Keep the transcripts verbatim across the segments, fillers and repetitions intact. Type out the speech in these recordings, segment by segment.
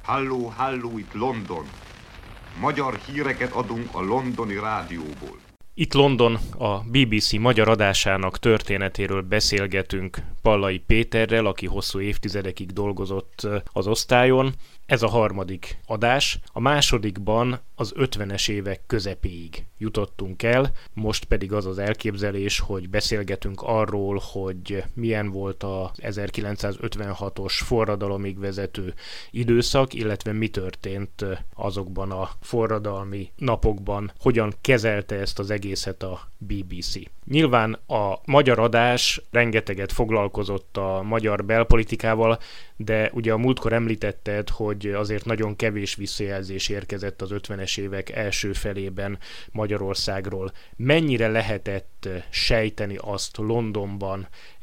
Halló, halló, itt London. Magyar híreket adunk a londoni rádióból. Itt London, a bé bé cé magyar adásának történetéről beszélgetünk Pallai Péterrel, aki hosszú évtizedekig dolgozott az osztályon. Ez a harmadik adás. A másodikban az ötvenes évek közepéig jutottunk el, most pedig az az elképzelés, hogy beszélgetünk arról, hogy milyen volt az ezerkilencszázötvenhatos forradalomig vezető időszak, illetve mi történt azokban a forradalmi napokban, hogyan kezelte ezt az egészet a bé bé cé. Nyilván a magyar adás rengeteget foglalkozott a magyar belpolitikával, de ugye a múltkor említetted, hogy azért nagyon kevés visszajelzés érkezett az ötvenes évek első felében Magyarországról. Mennyire lehetett sejteni azt Londonban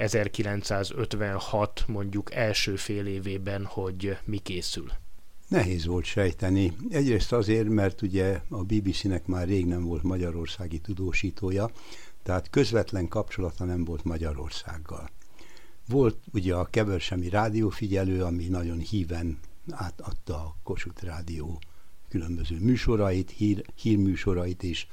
ezerkilencszázötvenhat mondjuk első fél évében, hogy mi készül? Nehéz volt sejteni. Egyrészt azért, mert ugye a bé bé cének már rég nem volt magyarországi tudósítója, tehát közvetlen kapcsolata nem volt Magyarországgal. Volt ugye a keversemi rádiófigyelő, ami nagyon híven átadta a Kossuth Rádió különböző műsorait, hír, hírműsorait is,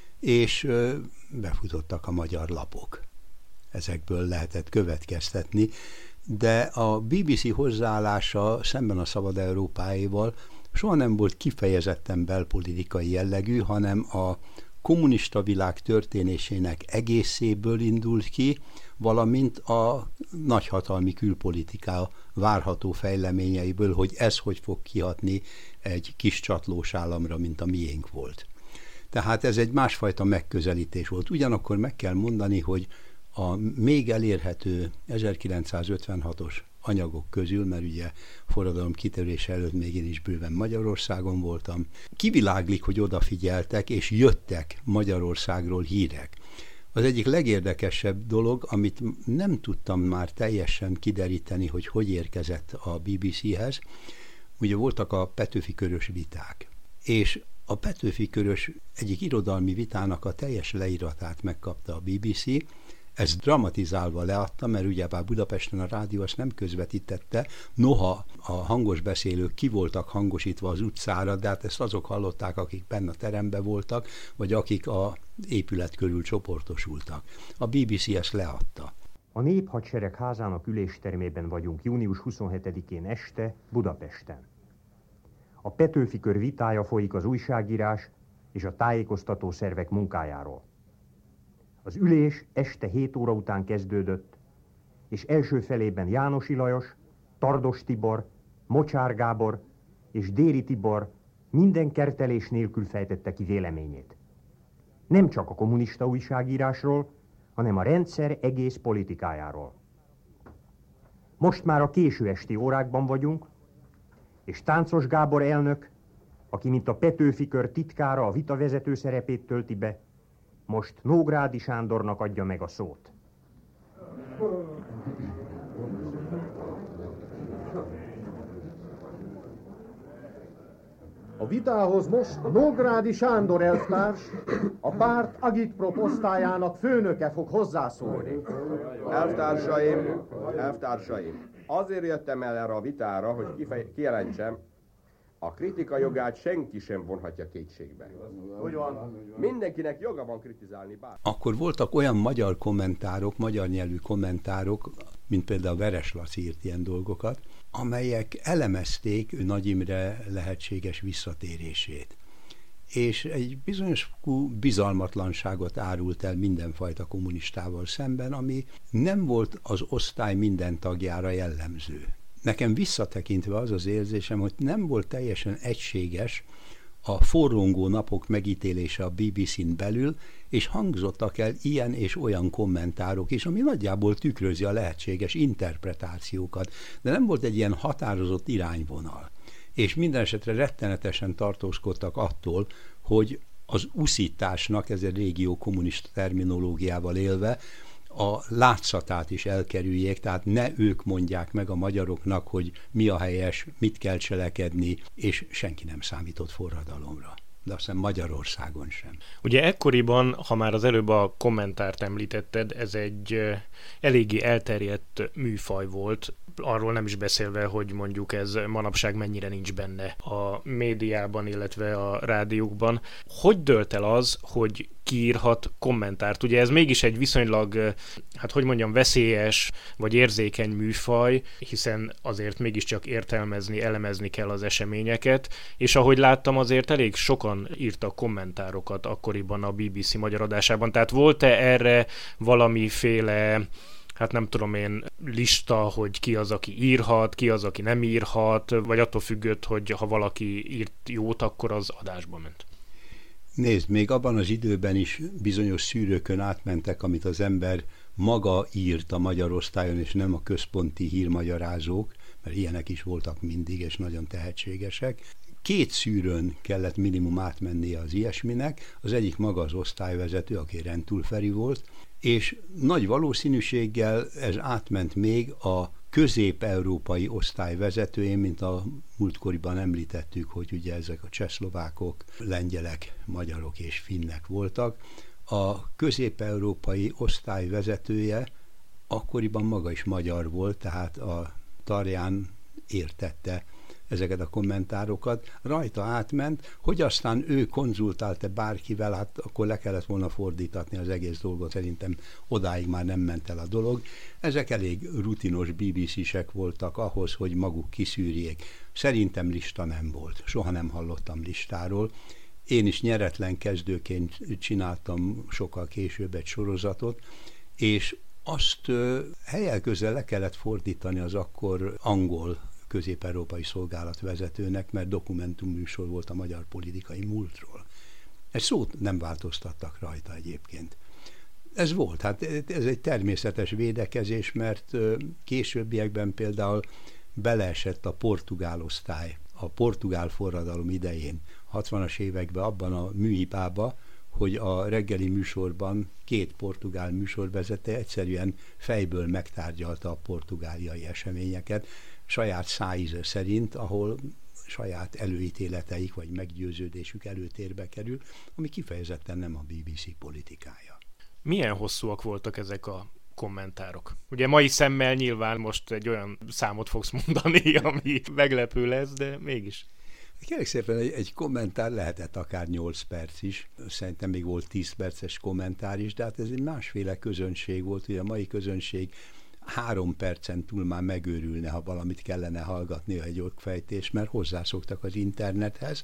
és ö, befutottak a magyar lapok. Ezekből lehetett következtetni, de a bé bé cé hozzáállása szemben a Szabad Európáéval soha nem volt kifejezetten belpolitikai jellegű, hanem a kommunista világ történésének egészéből indult ki, valamint a nagyhatalmi külpolitika várható fejleményeiből, hogy ez hogy fog kihatni egy kis csatlós államra, mint a miénk volt. Tehát ez egy másfajta megközelítés volt. Ugyanakkor meg kell mondani, hogy a még elérhető ezerkilencszázötvenhatos anyagok közül, mert ugye forradalom kitörése előtt még én is bőven Magyarországon voltam, kiviláglik, hogy odafigyeltek, és jöttek Magyarországról hírek. Az egyik legérdekesebb dolog, amit nem tudtam már teljesen kideríteni, hogy hogy érkezett a bé bé céhez, ugye voltak a Petőfi Körös viták, és a Petőfi Körös egyik irodalmi vitának a teljes leíratát megkapta a bé bé cé, ezt dramatizálva leadta, mert ugyebár Budapesten a rádió azt nem közvetítette, noha a hangos beszélők ki voltak hangosítva az utcára, de hát ezt azok hallották, akik benne a teremben voltak, vagy akik a épület körül csoportosultak. A bé bé cé ezt leadta. A Néphadsereg házának üléstermében vagyunk június huszonhetedikén este Budapesten. A Petőfi Kör vitája folyik az újságírás és a tájékoztató szervek munkájáról. Az ülés este hét óra után kezdődött, és első felében Jánosi Lajos, Tardos Tibor, Mocsár Gábor és Déri Tibor minden kertelés nélkül fejtette ki véleményét. Nem csak a kommunista újságírásról, hanem a rendszer egész politikájáról. Most már a késő esti órákban vagyunk, és Táncos Gábor elnök, aki mint a Petőfi Kör titkára a vitavezető szerepét tölti be, most Nógrádi Sándornak adja meg a szót. A vitához most Nógrádi Sándor elvtárs, a párt agitprop osztályának főnöke fog hozzászólni. Elvtársaim, elvtársaim, azért jöttem el erre a vitára, hogy kifej- kijelentsem, a kritika jogát senki sem vonhatja kétségbe. Úgy van. Mindenkinek joga van kritizálni bár. Akkor voltak olyan magyar kommentárok, magyar nyelvű kommentárok, mint például Veres Laci írt ilyen dolgokat, amelyek elemezték ő Nagy Imre lehetséges visszatérését. És egy bizonyos bizalmatlanságot árult el mindenfajta kommunistával szemben, ami nem volt az osztály minden tagjára jellemző. Nekem visszatekintve az az érzésem, hogy nem volt teljesen egységes a forrongó napok megítélése a bé bé cén belül, és hangzottak el ilyen és olyan kommentárok is, ami nagyjából tükrözi a lehetséges interpretációkat, de nem volt egy ilyen határozott irányvonal. És minden esetre rettenetesen tartózkodtak attól, hogy az uszításnak, ez egy régió kommunista terminológiával élve, a látszatát is elkerüljék, tehát ne ők mondják meg a magyaroknak, hogy mi a helyes, mit kell cselekedni, és senki nem számított forradalomra. de azt hiszem Magyarországon sem. Ugye ekkoriban, ha már az előbb a kommentárt említetted, ez egy eléggé elterjedt műfaj volt, arról nem is beszélve, hogy mondjuk ez manapság mennyire nincs benne a médiában, illetve a rádiókban. Hogy dőlt el az, hogy kiírhat kommentárt? Ugye ez mégis egy viszonylag, hát hogy mondjam, veszélyes vagy érzékeny műfaj, hiszen azért mégiscsak értelmezni, elemezni kell az eseményeket, és ahogy láttam, azért elég sokan írtak kommentárokat akkoriban a bé bé cé magyar adásában. Tehát volt-e erre valamiféle, hát nem tudom én, lista, hogy ki az, aki írhat, ki az, aki nem írhat, vagy attól függött, hogy ha valaki írt jót, akkor az adásba ment? Nézd, még abban az időben is bizonyos szűrőkön átmentek, amit az ember maga írt a magyar osztályon, és nem a központi hírmagyarázók, mert ilyenek is voltak mindig, és nagyon tehetségesek. Két szűrőn kellett minimum átmennie az ilyesminek, az egyik maga az osztályvezető, aki Rentul Feri volt, és nagy valószínűséggel ez átment még a közép-európai osztályvezetőjén, mint a múltkoriban említettük, hogy ugye ezek a csehszlovákok, lengyelek, magyarok és finnek voltak. A közép-európai osztályvezetője akkoriban maga is magyar volt, tehát a Tarján értette ezeket a kommentárokat, rajta átment, hogy aztán ő konzultált-e bárkivel, hát akkor le kellett volna fordítatni az egész dolgot, szerintem odáig már nem ment el a dolog. Ezek elég rutinos bé bé cé-sek voltak ahhoz, hogy maguk kiszűrjék. Szerintem lista nem volt, soha nem hallottam listáról. Én is nyeretlen kezdőként csináltam sokkal később egy sorozatot, és azt helyel közel le kellett fordítani az akkor angol közép-európai szolgálat vezetőnek, mert dokumentumműsor volt a magyar politikai múltról. Egy szót nem változtattak rajta egyébként. Ez volt, hát ez egy természetes védekezés, mert későbbiekben például beleesett a portugál osztály, a portugál forradalom idején, hatvanas években abban a műhibába, hogy a reggeli műsorban két portugál műsorvezető egyszerűen fejből megtárgyalta a portugáliai eseményeket, saját szájíze szerint, ahol saját előítéleteik vagy meggyőződésük előtérbe kerül, ami kifejezetten nem a bé bé cé politikája. Milyen hosszúak voltak ezek a kommentárok? Ugye mai szemmel nyilván most egy olyan számot fogsz mondani, ami meglepő lesz, de mégis. Kérlek szépen, egy, egy kommentár lehetett akár nyolc perc is, szerintem még volt tíz perces kommentár is, de hát ez egy másféle közönség volt, ugye a mai közönség három percen túl már megőrülne, ha valamit kellene hallgatni, egy okfejtés, mert hozzászoktak az internethez,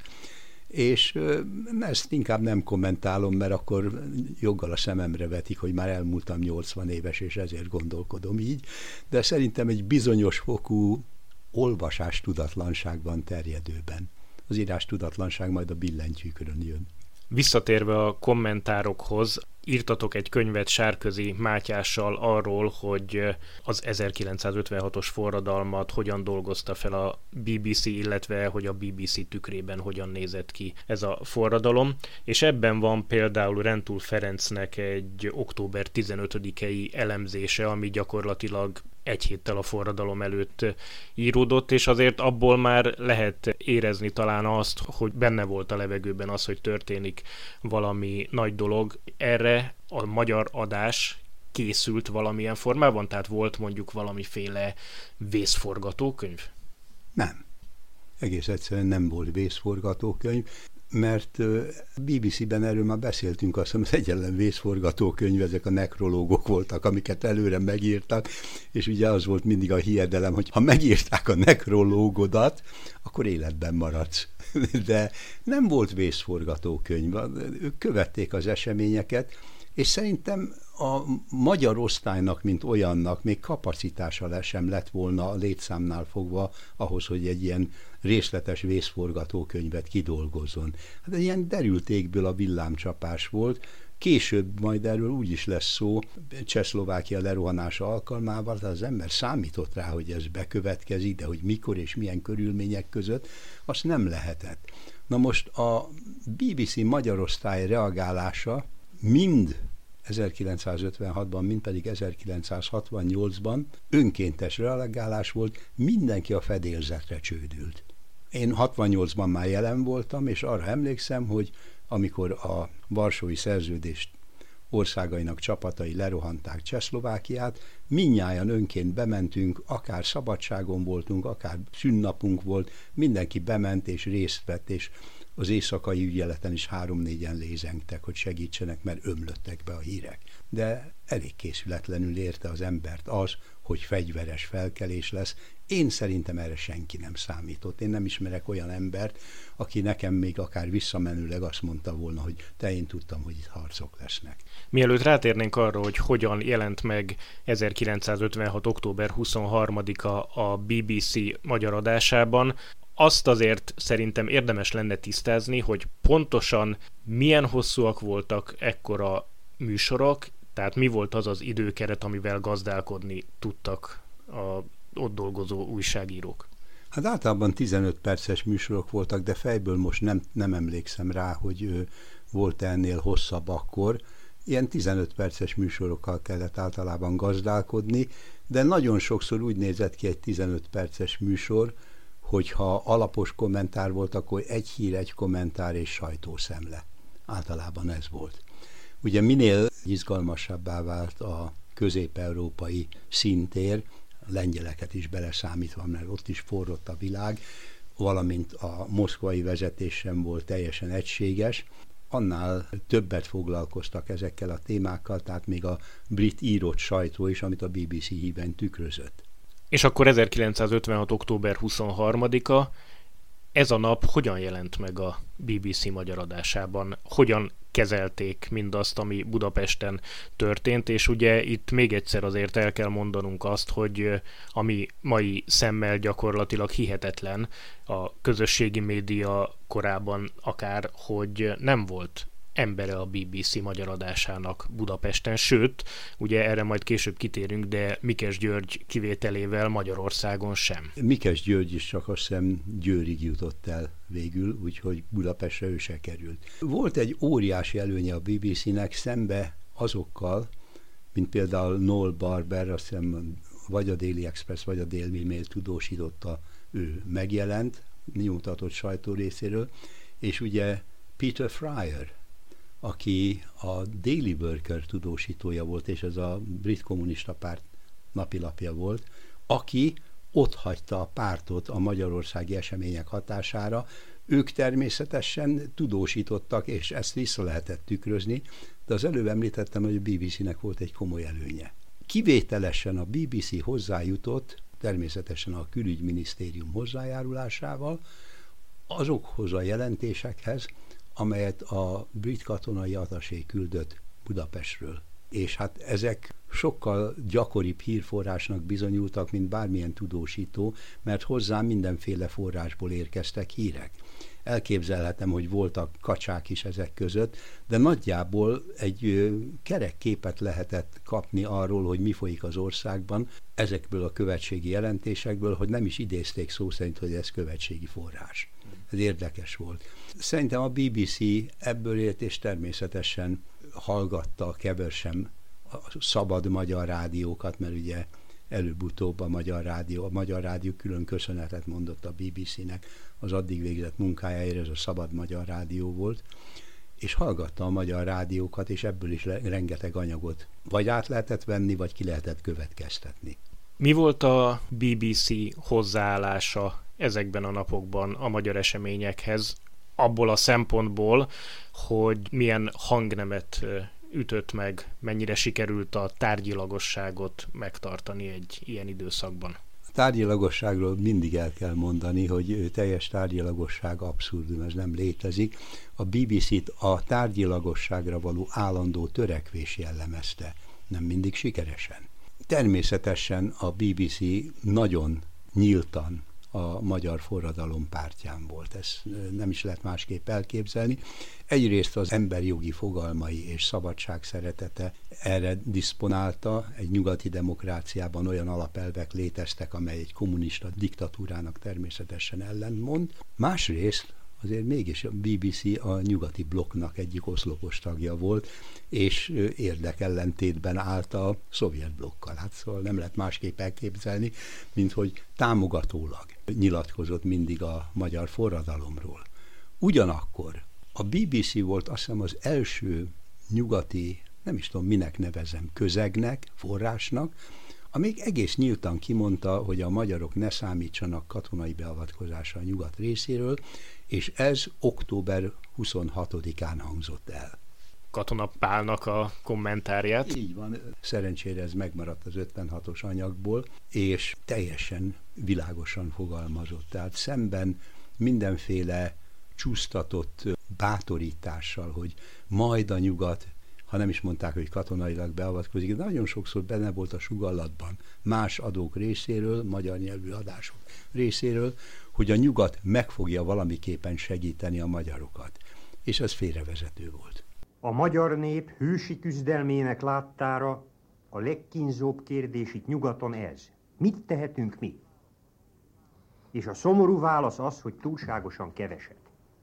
és ezt inkább nem kommentálom, mert akkor joggal a szememre vetik, hogy már elmúltam nyolcvan éves, és ezért gondolkodom így, de szerintem egy bizonyos fokú olvasás tudatlanságban terjedőben. Az írás tudatlanság majd a billentyűkön jön. Visszatérve a kommentárokhoz, írtatok egy könyvet Sárközi Mátyással arról, hogy az ezerkilencszázötvenhatos forradalmat hogyan dolgozta fel a bé bé cé, illetve hogy a bé bé cé tükrében hogyan nézett ki ez a forradalom, és ebben van például Rentul Ferencnek egy október tizenötödikei elemzése, ami gyakorlatilag egy héttel a forradalom előtt íródott, és azért abból már lehet érezni talán azt, hogy benne volt a levegőben az, hogy történik valami nagy dolog. Erre a magyar adás készült valamilyen formában? Tehát volt mondjuk valamiféle vészforgatókönyv? Nem. Egész egyszerűen nem volt vészforgatókönyv, mert a bé bé cé-ben erről már beszéltünk, azt hiszem az egyetlen vészforgatókönyv, ezek a nekrológok voltak, amiket előre megírtak, és ugye az volt mindig a hiedelem, hogy ha megírták a nekrológodat, akkor életben maradsz. De nem volt vészforgatókönyv, ők követték az eseményeket, és szerintem a magyar osztálynak, mint olyannak még kapacitása sem lett volna a létszámnál fogva ahhoz, hogy egy ilyen részletes vészforgatókönyvet kidolgozzon. Hát egy ilyen derültékből a villámcsapás volt. Később majd erről úgy is lesz szó, Csehszlovákia lerohanása alkalmával, tehát az ember számított rá, hogy ez bekövetkezik, de hogy mikor és milyen körülmények között, azt nem lehetett. Na most a bé bé cé magyar osztály reagálása mind ezerkilencszázötvenhatban, mind pedig ezerkilencszázhatvannyolcban önkéntes reagálás volt, mindenki a fedélzetre csődült. Én hatvannyolcban már jelen voltam, és arra emlékszem, hogy amikor a Varsói Szerződést országainak csapatai lerohanták Csehszlovákiát, mindnyájan önként bementünk, akár szabadságon voltunk, akár szünnapunk volt, mindenki bement és részt vett, és az éjszakai ügyeleten is három-négyen lézengtek, hogy segítsenek, mert ömlöttek be a hírek. De elég készületlenül érte az embert az, hogy fegyveres felkelés lesz. Én szerintem erre senki nem számított. Én nem ismerek olyan embert, aki nekem még akár visszamenőleg azt mondta volna, hogy te, én tudtam, hogy itt harcok lesznek. Mielőtt rátérnénk arra, hogy hogyan jelent meg ezerkilencszázötvenhat. október huszonharmadika a bé bé cé magyar adásában, azt azért szerintem érdemes lenne tisztázni, hogy pontosan milyen hosszúak voltak ekkora műsorok, tehát mi volt az az időkeret, amivel gazdálkodni tudtak a ott dolgozó újságírók. Hát általában tizenöt perces műsorok voltak, de fejből most nem, nem emlékszem rá, hogy volt ennél hosszabb akkor. Ilyen tizenöt perces műsorokkal kellett általában gazdálkodni, de nagyon sokszor úgy nézett ki egy tizenöt perces műsor, hogyha alapos kommentár volt, akkor egy hír, egy kommentár és sajtószemle. Általában ez volt. Ugye minél izgalmasabbá vált a közép-európai színtér, a lengyeleket is beleszámítva, mert ott is forrott a világ, valamint a moszkvai vezetés sem volt teljesen egységes, annál többet foglalkoztak ezekkel a témákkal, tehát még a brit írott sajtó is, amit a bé bé cé híven tükrözött. És akkor ezerkilencszázötvenhat. október huszonharmadika, ez a nap hogyan jelent meg a bé bé cé magyar adásában? Hogyan kezelték mindazt, ami Budapesten történt, és ugye itt még egyszer azért el kell mondanunk azt, hogy ami mai szemmel gyakorlatilag hihetetlen a közösségi média korában akár, hogy nem volt embere a bé bé cé magyar adásának Budapesten, sőt, ugye erre majd később kitérünk, de Mikes György kivételével Magyarországon sem. Mikes György is csak azt hiszem Győrig jutott el végül, úgyhogy Budapestre ő se került. Volt egy óriási előnye a bé bé cének szembe azokkal, mint például Noel Barber, azt hiszem vagy a Daily Express, vagy a Daily Mail tudósította, ő megjelent, nyomtatott sajtó részéről, és ugye Peter Fryer, aki a Daily Worker tudósítója volt, és ez a brit kommunista párt napilapja volt, aki ott hagyta a pártot a magyarországi események hatására. Ők természetesen tudósítottak, és ezt vissza lehetett tükrözni, de az előbb említettem, hogy a bé bé cének volt egy komoly előnye. Kivételesen a bé bé cé hozzájutott, természetesen a külügyminisztérium hozzájárulásával, azokhoz a jelentésekhez, amelyet a brit katonai attasé küldött Budapestről. És hát ezek sokkal gyakoribb hírforrásnak bizonyultak, mint bármilyen tudósító, mert hozzám mindenféle forrásból érkeztek hírek. Elképzelhetem, hogy voltak kacsák is ezek között, de nagyjából egy kerek képet lehetett kapni arról, hogy mi folyik az országban, ezekből a követségi jelentésekből, hogy nem is idézték szó szerint, hogy ez követségi forrás. Ez érdekes volt. Szerintem a bé bé cé ebből élt, és természetesen hallgatta keversem a szabad magyar rádiókat, mert ugye előbb-utóbb a magyar rádió, a magyar rádió külön köszönetet mondott a bé bé cének az addig végzett munkájáért, ez a szabad magyar rádió volt, és hallgatta a magyar rádiókat, és ebből is rengeteg anyagot vagy át lehetett venni, vagy ki lehetett következtetni. Mi volt a bé bé cé hozzáállása ezekben a napokban a magyar eseményekhez, abból a szempontból, hogy milyen hangnemet ütött meg, mennyire sikerült a tárgyilagosságot megtartani egy ilyen időszakban? A tárgyilagosságról mindig el kell mondani, hogy teljes tárgyilagosság abszurdum, ez nem létezik. A bé bé cét a tárgyilagosságra való állandó törekvés jellemezte, nem mindig sikeresen. Természetesen a bé bé cé nagyon nyíltan a magyar forradalom pártján volt. Ezt nem is lehet másképp elképzelni. Egyrészt az emberjogi fogalmai és szabadság szeretete erre diszponálta. Egy nyugati demokráciában olyan alapelvek léteztek, amely egy kommunista diktatúrának természetesen ellentmond. Másrészt azért mégis a bé bé cé a nyugati blokknak egyik oszlopos tagja volt, és érdekellentétben állt a szovjet blokkal. Hát szóval nem lehet másképp elképzelni, mint hogy támogatólag nyilatkozott mindig a magyar forradalomról. Ugyanakkor a bé bé cé volt azt hiszem az első nyugati, nem is tudom minek nevezem, közegnek, forrásnak, amíg egész nyíltan kimondta, hogy a magyarok ne számítsanak katonai beavatkozásra a nyugat részéről, és ez október huszonhatodikán hangzott el. Katona Pálnak a kommentárját. Így van, szerencsére ez megmaradt az ötvenhatos anyagból, és teljesen világosan fogalmazott. Tehát szemben mindenféle csúsztatott bátorítással, hogy majd a nyugat, ha nem is mondták, hogy katonailag beavatkozik, de nagyon sokszor benne volt a sugallatban más adók részéről, magyar nyelvű adások részéről, hogy a nyugat meg fogja valamiképpen segíteni a magyarokat. És ez félrevezető volt. A magyar nép hősi küzdelmének láttára a legkínzóbb kérdés itt nyugaton ez. Mit tehetünk mi? És a szomorú válasz az, hogy túlságosan keveset.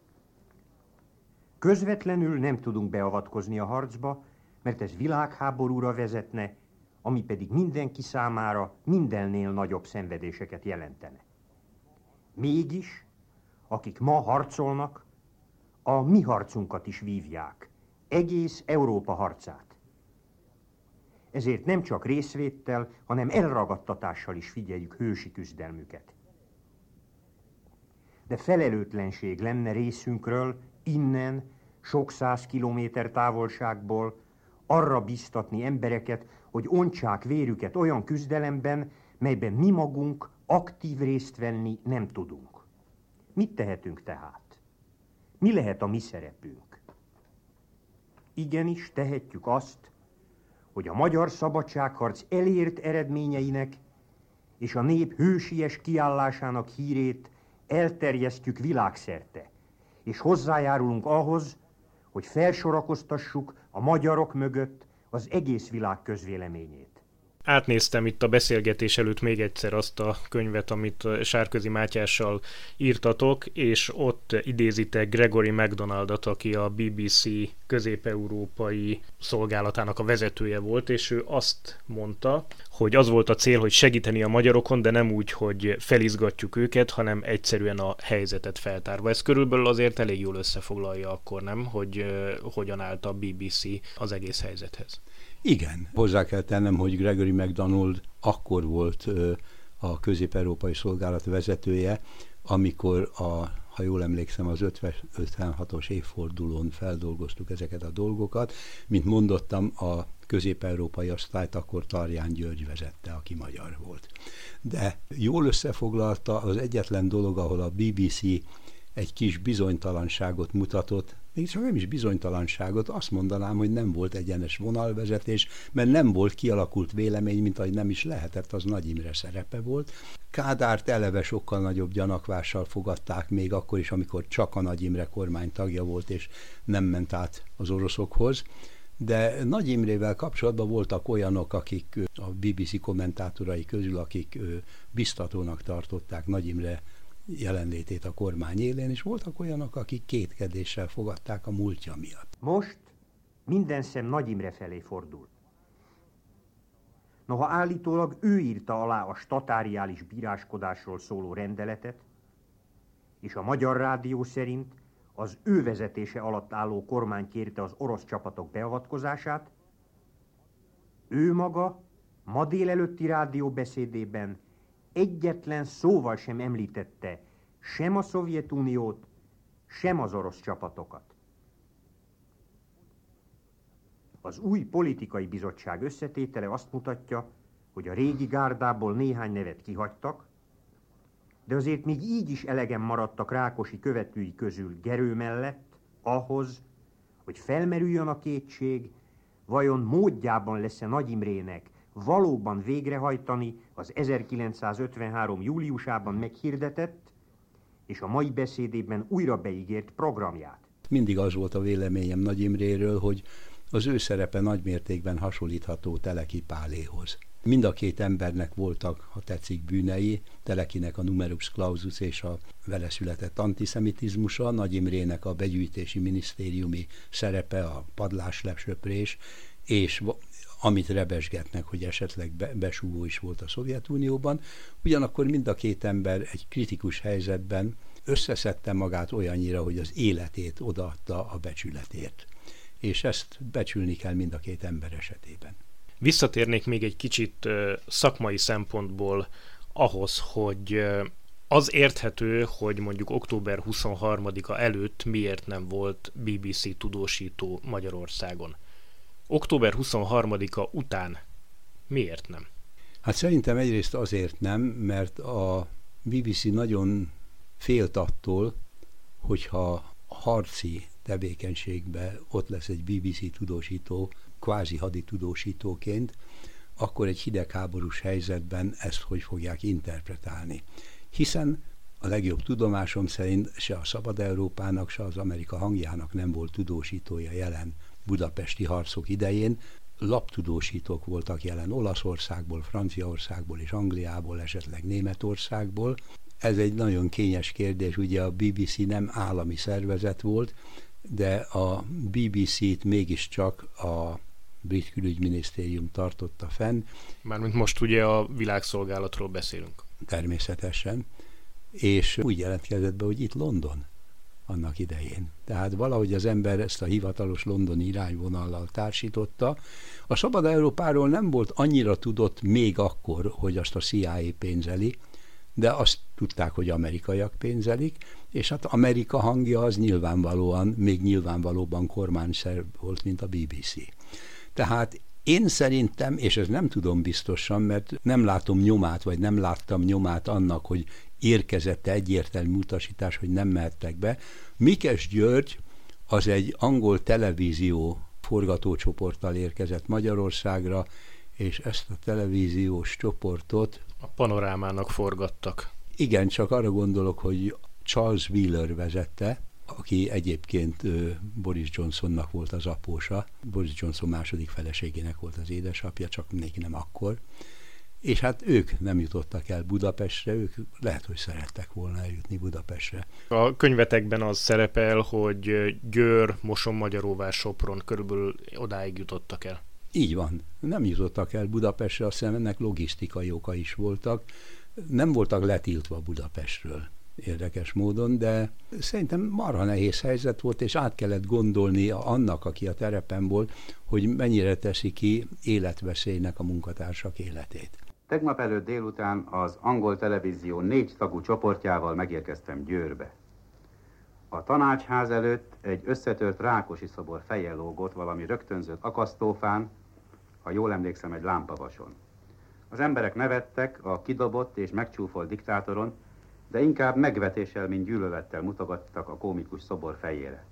Közvetlenül nem tudunk beavatkozni a harcba, mert ez világháborúra vezetne, ami pedig mindenki számára mindennél nagyobb szenvedéseket jelentene. Mégis, akik ma harcolnak, a mi harcunkat is vívják, egész Európa harcát. Ezért nem csak részvéttel, hanem elragadtatással is figyeljük hősi küzdelmüket. De felelőtlenség lenne részünkről innen, sok száz kilométer távolságból arra biztatni embereket, hogy ontsák vérüket olyan küzdelemben, melyben mi magunk aktív részt venni nem tudunk. Mit tehetünk tehát? Mi lehet a mi szerepünk? Igenis tehetjük azt, hogy a magyar szabadságharc elért eredményeinek és a nép hősies kiállásának hírét elterjesztjük világszerte, és hozzájárulunk ahhoz, hogy felsorakoztassuk a magyarok mögött az egész világ közvéleményét. Átnéztem itt a beszélgetés előtt még egyszer azt a könyvet, amit Sárközi Mátyással írtatok, és ott idézitek Gregory MacDonaldot, aki a bé bé cé közép-európai szolgálatának a vezetője volt, és ő azt mondta, hogy az volt a cél, hogy segíteni a magyarokon, de nem úgy, hogy felizgatjuk őket, hanem egyszerűen a helyzetet feltárva. Ez körülbelül azért elég jól összefoglalja akkor, nem, hogy uh, hogyan állt a bé bé cé az egész helyzethez. Igen, hozzá kell tennem, hogy Gregory MacDonald akkor volt ö, a közép-európai szolgálat vezetője, amikor a, ha jól emlékszem, az ötvenhatos évfordulón feldolgoztuk ezeket a dolgokat. Mint mondottam, a közép-európai osztályt akkor Tarján György vezette, aki magyar volt. De jól összefoglalta, az egyetlen dolog, ahol a bé bé cé egy kis bizonytalanságot mutatott, még csak nem is bizonytalanságot, azt mondanám, hogy nem volt egyenes vonalvezetés, mert nem volt kialakult vélemény, mint ahogy nem is lehetett, az Nagy Imre szerepe volt. Kádárt eleve sokkal nagyobb gyanakvással fogadták még akkor is, amikor csak a Nagy Imre kormány tagja volt, és nem ment át az oroszokhoz. De Nagy Imrével kapcsolatban voltak olyanok, akik a bé bé cé kommentátorai közül, akik biztatónak tartották Nagy Imre jelenlétét a kormány élén, és voltak olyanok, akik kétkedéssel fogadták a múltja miatt. Most minden szem Nagy Imre felé fordul. Noha állítólag ő írta alá a statáriális bíráskodásról szóló rendeletet, és a Magyar Rádió szerint az ő vezetése alatt álló kormány kérte az orosz csapatok beavatkozását, ő maga ma délelőtti rádióbeszédében egyetlen szóval sem említette sem a Szovjetuniót, sem az orosz csapatokat. Az új politikai bizottság összetétele azt mutatja, hogy a régi gárdából néhány nevet kihagytak, de azért még így is elegen maradtak Rákosi követői közül Gerő mellett ahhoz, hogy felmerüljön a kétség, vajon módjában lesz-e Nagy Imrének valóban végrehajtani az ezerkilencszázötvenhárom júliusában meghirdetett és a mai beszédében újra beígért programját. Mindig az volt a véleményem Nagy Imréről, hogy az ő szerepe nagymértékben hasonlítható Teleki Páléhoz. Mind a két embernek voltak, ha tetszik, bűnei, Telekinek a numerus clausus és a vele született antiszemitizmusa, Nagy Imrének a begyűjtési minisztériumi szerepe, a padláslepsöprés, és amit rebesgetnek, hogy esetleg be, besúgó is volt a Szovjetunióban, ugyanakkor mind a két ember egy kritikus helyzetben összeszedte magát olyannyira, hogy az életét odaadta a becsületért. És ezt becsülni kell mind a két ember esetében. Visszatérnék még egy kicsit szakmai szempontból ahhoz, hogy az érthető, hogy mondjuk október huszonharmadika előtt miért nem volt bé bé cé tudósító Magyarországon. október huszonharmadika után miért nem? Hát szerintem egyrészt azért nem, mert a bé bé cé nagyon félt attól, hogyha harci tevékenységben ott lesz egy bé bé cé tudósító, kvázi haditudósítóként, akkor egy hidegháborús helyzetben ezt hogy fogják interpretálni. Hiszen a legjobb tudomásom szerint se a Szabad Európának, se az Amerika Hangjának nem volt tudósítója jelen budapesti harcok idején. Laptudósítók voltak jelen Olaszországból, Franciaországból és Angliából, esetleg Németországból. Ez egy nagyon kényes kérdés, ugye a bé bé cé nem állami szervezet volt, de a bé bé cét mégiscsak a brit külügyminisztérium tartotta fenn. Mármint most ugye a világszolgálatról beszélünk. Természetesen. És úgy jelentkezett be, hogy itt London annak idején. Tehát valahogy az ember ezt a hivatalos londoni irányvonallal társította. A Szabad Európáról nem volt annyira tudott még akkor, hogy azt a C I A pénzeli, de azt tudták, hogy amerikaiak pénzelik, és hát Amerika Hangja az nyilvánvalóan, még nyilvánvalóban kormányszerv volt, mint a bé bé cé. Tehát én szerintem, és ez nem tudom biztosan, mert nem látom nyomát, vagy nem láttam nyomát annak, hogy érkezett egyértelmű utasítás, hogy nem mehettek be. Mikes György az egy angol televízió forgatócsoporttal érkezett Magyarországra, és ezt a televíziós csoportot a Panorámának forgattak. Igen, csak arra gondolok, hogy Charles Wheeler vezette, aki egyébként Boris Johnsonnak volt az apósa. Boris Johnson második feleségének volt az édesapja, csak még nem akkor. És hát ők nem jutottak el Budapestre, ők lehet, hogy szerettek volna eljutni Budapestre. A könyvetekben az szerepel, hogy Győr, Moson-Magyaróvár, Sopron körülbelül odáig jutottak el. Így van. Nem jutottak el Budapestre, azt hiszem ennek logisztikai oka is voltak. Nem voltak letiltva Budapestről érdekes módon, de szerintem marha nehéz helyzet volt, és át kellett gondolni annak, aki a terepen volt, hogy mennyire teszi ki életveszélynek a munkatársak életét. Tegnap előtt délután az angol televízió négy tagú csoportjával megérkeztem Győrbe. A tanácsház előtt egy összetört Rákosi szobor feje lógott valami rögtönzött akasztófán, ha jól emlékszem, egy lámpavason. Az emberek nevettek a kidobott és megcsúfolt diktátoron, de inkább megvetéssel, mint gyűlölettel mutogattak a kómikus szobor fejére.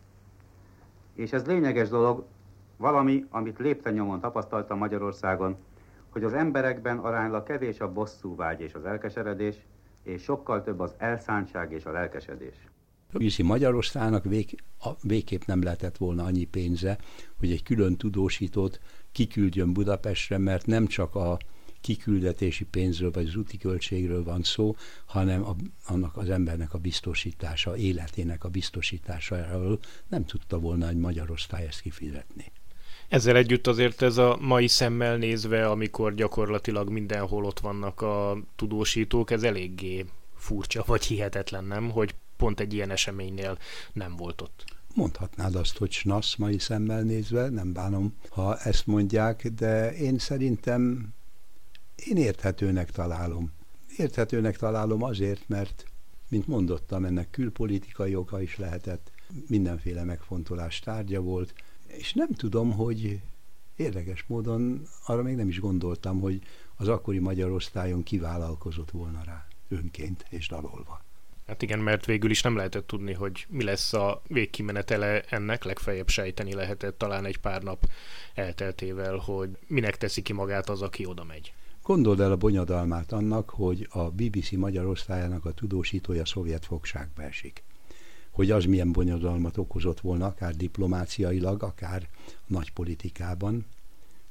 És ez lényeges dolog, valami, amit lépten-nyomon tapasztaltam Magyarországon, hogy az emberekben aránylag kevés a bosszúvágy és az elkeseredés, és sokkal több az elszántság és a lelkesedés. Viszi Magyarországnak vég, végképp nem lehetett volna annyi pénze, hogy egy külön tudósítót kiküldjön Budapestre, mert nem csak a kiküldetési pénzről vagy az úti költségről van szó, hanem a, annak az embernek a biztosítása, életének a biztosításáról nem tudta volna egy magyar osztály ezt kifizetni. Ezzel együtt azért ez a mai szemmel nézve, amikor gyakorlatilag mindenhol ott vannak a tudósítók, ez eléggé furcsa vagy hihetetlen, nem? Hogy pont egy ilyen eseménynél nem volt ott. Mondhatnád azt, hogy snasz mai szemmel nézve, nem bánom, ha ezt mondják, de én szerintem én érthetőnek találom. Érthetőnek találom azért, mert, mint mondottam, ennek külpolitikai oka is lehetett, mindenféle megfontolás tárgya volt, és nem tudom, hogy érdekes módon arra még nem is gondoltam, hogy az akkori magyar osztályon kivállalkozott volna rá önként és dalolva. Hát igen, mert végül is nem lehetett tudni, hogy mi lesz a végkimenetele ennek, legfeljebb sejteni lehetett talán egy pár nap elteltével, hogy minek teszi ki magát az, aki oda megy. Gondold el a bonyodalmát annak, hogy a bé bé cé magyar osztályának a tudósítója szovjet fogságba esik. Hogy az milyen bonyodalmat okozott volna, akár diplomáciailag, akár nagy politikában.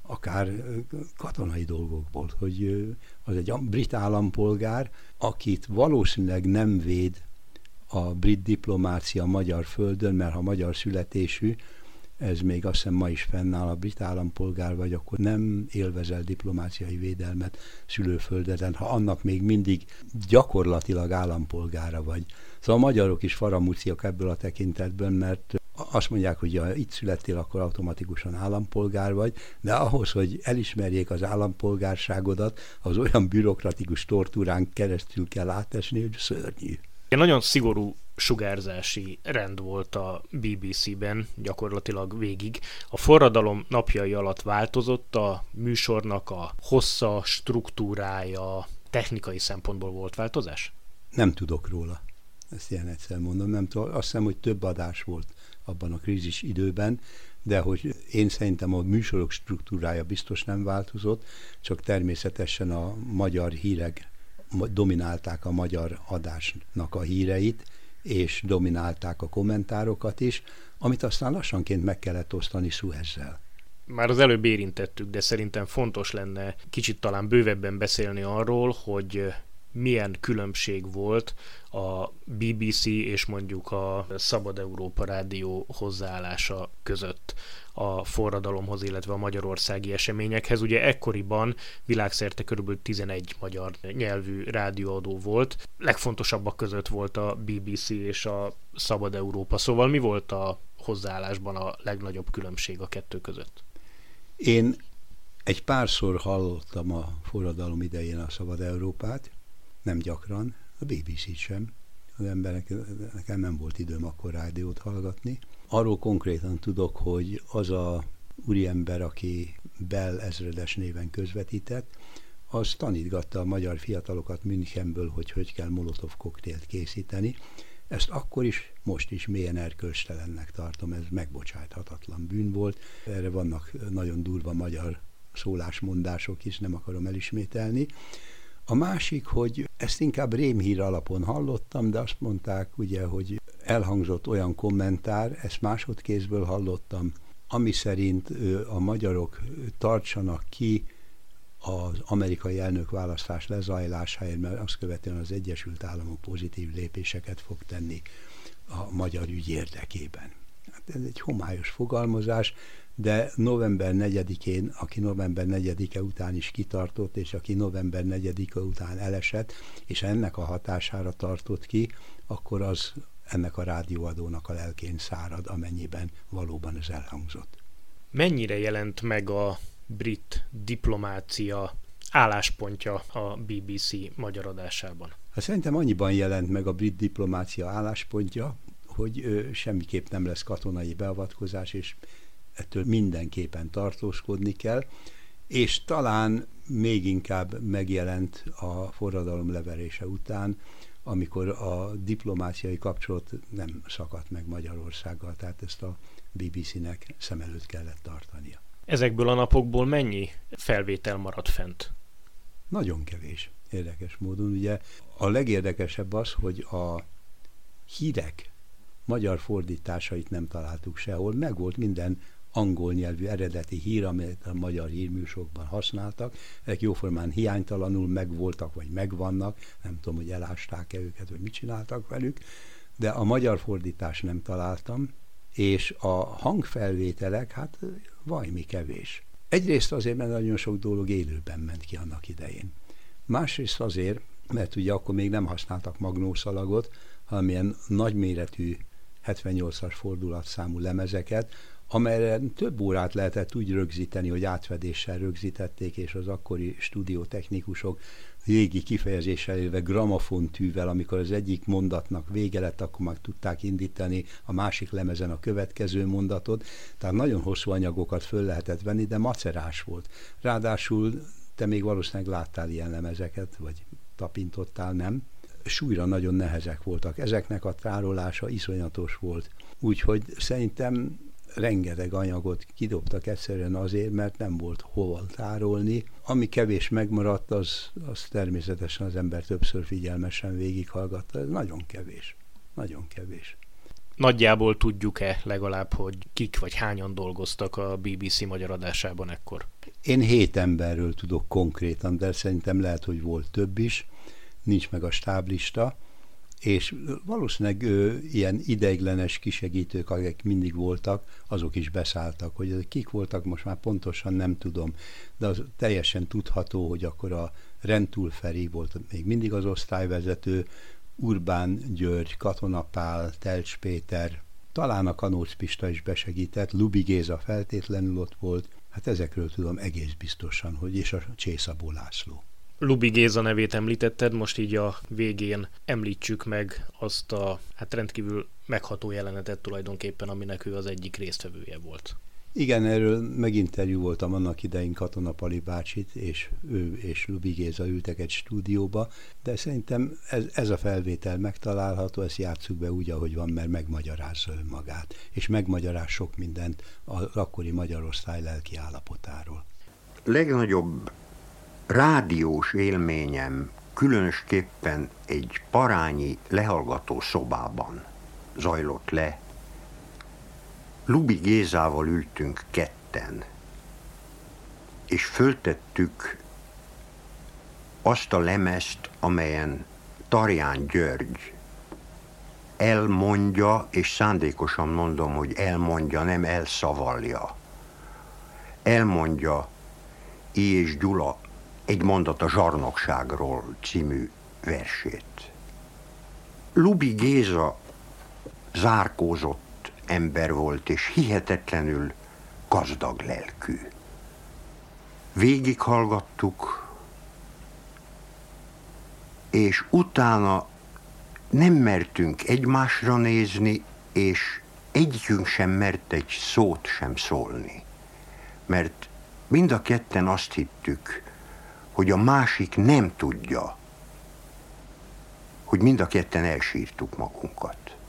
akár katonai dolgokból, hogy az egy brit állampolgár, akit valószínűleg nem véd a brit diplomácia magyar földön, mert ha magyar születésű, ez még azt hiszem ma is fennáll, a brit állampolgár vagy, akkor nem élvezel diplomáciai védelmet szülőföldeden, ha annak még mindig gyakorlatilag állampolgára vagy. Szóval a magyarok is faramúciak ebből a tekintetben, mert azt mondják, hogy ha itt születtél, akkor automatikusan állampolgár vagy, de ahhoz, hogy elismerjék az állampolgárságodat, az olyan bürokratikus tortúrán keresztül kell átesni, hogy szörnyű. Nagyon szigorú sugárzási rend volt a bé bé cé-ben gyakorlatilag végig. A forradalom napjai alatt változott a műsornak a hossza, struktúrája, technikai szempontból volt változás? Nem tudok róla. Ezt ilyen egyszer mondom. Nem tudom. Azt hiszem, hogy több adás volt abban a krízis időben, de hogy én szerintem a műsorok struktúrája biztos nem változott, csak természetesen a magyar hírek dominálták a magyar adásnak a híreit, és dominálták a kommentárokat is, amit aztán lassanként meg kellett osztani Suezzel. Már az előbb érintettük, de szerintem fontos lenne kicsit talán bővebben beszélni arról, hogy milyen különbség volt a bé bé cé és mondjuk a Szabad Európa Rádió hozzáállása között a forradalomhoz, illetve a magyarországi eseményekhez. Ugye ekkoriban világszerte körülbelül tizenegy magyar nyelvű rádióadó volt. Legfontosabbak között volt a bé bé cé és a Szabad Európa. Szóval mi volt a hozzáállásban a legnagyobb különbség a kettő között? Én egy párszor hallottam a forradalom idején a Szabad Európát, nem gyakran, a bé bé cét sem. Az emberek, nekem nem volt időm akkor rádiót hallgatni. Arról konkrétan tudok, hogy az a úriember, aki Bell ezredes néven közvetített, az tanítgatta a magyar fiatalokat Münchenből, hogy hogy kell molotov koktélt készíteni. Ezt akkor is, most is mélyen erkölcstelennek tartom, ez megbocsáthatatlan bűn volt. Erre vannak nagyon durva magyar szólásmondások is, nem akarom elismételni. A másik, hogy ezt inkább rémhír alapon hallottam, de azt mondták, ugye, hogy elhangzott olyan kommentár, ezt másodkézből hallottam, ami szerint a magyarok tartsanak ki az amerikai elnökválasztás lezajlásáért, mert azt követően az Egyesült Államok pozitív lépéseket fog tenni a magyar ügy érdekében. Hát ez egy homályos fogalmazás, de november negyedikén, aki november negyedike után is kitartott, és aki november negyedike után elesett, és ennek a hatására tartott ki, akkor az ennek a rádióadónak a lelkén szárad, amennyiben valóban ez elhangzott. Mennyire jelent meg a brit diplomácia álláspontja a bé bé cé magyar adásában? Hát szerintem annyiban jelent meg a brit diplomácia álláspontja, hogy ö, semmiképp nem lesz katonai beavatkozás, és ettől mindenképpen tartózkodni kell, és talán még inkább megjelent a forradalom leverése után, amikor a diplomáciai kapcsolat nem szakadt meg Magyarországgal, tehát ezt a bé bé cének szem előtt kellett tartania. Ezekből a napokból mennyi felvétel maradt fent? Nagyon kevés, érdekes módon. Ugye a legérdekesebb az, hogy a hírek magyar fordításait nem találtuk sehol, meg volt minden angol nyelvű eredeti hír, amelyet a magyar hírműsorokban használtak. Ezek jóformán hiánytalanul megvoltak, vagy megvannak, nem tudom, hogy elásták-e őket, vagy mit csináltak velük, de a magyar fordítást nem találtam, és a hangfelvételek, hát vajmi kevés. Egyrészt azért, mert nagyon sok dolog élőben ment ki annak idején. Másrészt azért, mert ugye akkor még nem használtak magnószalagot, hanem ilyen nagyméretű hetvennyolcas fordulatszámú lemezeket, amelyre több órát lehetett úgy rögzíteni, hogy átfedéssel rögzítették, és az akkori stúdiótechnikusok régi kifejezéssel élve gramofontűvel, amikor az egyik mondatnak vége lett, akkor már tudták indítani a másik lemezen a következő mondatot, tehát nagyon hosszú anyagokat föl lehetett venni, de macerás volt. Ráadásul te még valószínűleg láttál ilyen lemezeket, vagy tapintottál, nem? Súlyra nagyon nehezek voltak. Ezeknek a tárolása iszonyatos volt. Úgyhogy szerintem rengeteg anyagot kidobtak egyszerűen azért, mert nem volt hova tárolni. Ami kevés megmaradt, az, az természetesen az ember többször figyelmesen végighallgatta. Ez nagyon kevés. Nagyon kevés. Nagyjából tudjuk-e legalább, hogy kik vagy hányan dolgoztak a bé bé cé magyar adásában ekkor? Én hét emberről tudok konkrétan, de szerintem lehet, hogy volt több is, nincs meg a stáblista, és valószínűleg ö, ilyen ideiglenes kisegítők, akik mindig voltak, azok is beszálltak. Hogy kik voltak, most már pontosan nem tudom, de az teljesen tudható, hogy akkor a Rentul Feri volt még mindig az osztályvezető, Urbán György, Katona Pál, Telcs Péter, talán a Kanóc Pista is besegített, Lubi Géza feltétlenül ott volt, hát ezekről tudom egész biztosan, hogy és a Csészabó László. Lubi Géza nevét említetted, most így a végén említsük meg azt a hát rendkívül megható jelenetet tulajdonképpen, aminek ő az egyik résztvevője volt. Igen, erről meginterjú voltam annak idején Katona Pali bácsit, és ő és Lubi Géza ültek egy stúdióba, de szerintem ez, ez a felvétel megtalálható, ezt játsszuk be úgy, ahogy van, mert megmagyarázza önmagát, és megmagyaráz sok mindent a akkori magyar osztály lelki állapotáról. Legnagyobb rádiós élményem különösképpen egy parányi lehallgató szobában zajlott le. Lubi Gézával ültünk ketten, és föltettük azt a lemezt, amelyen Tarján György elmondja, és szándékosan mondom, hogy elmondja, nem elszavalja. Elmondja I. és Gyula Egy mondat a zsarnokságról című versét. Lubi Géza zárkózott ember volt, és hihetetlenül gazdag lelkű. Végighallgattuk, és utána nem mertünk egymásra nézni, és egyikünk sem mert egy szót sem szólni. Mert mind a ketten azt hittük, hogy a másik nem tudja, hogy mind a ketten elsírtuk magunkat.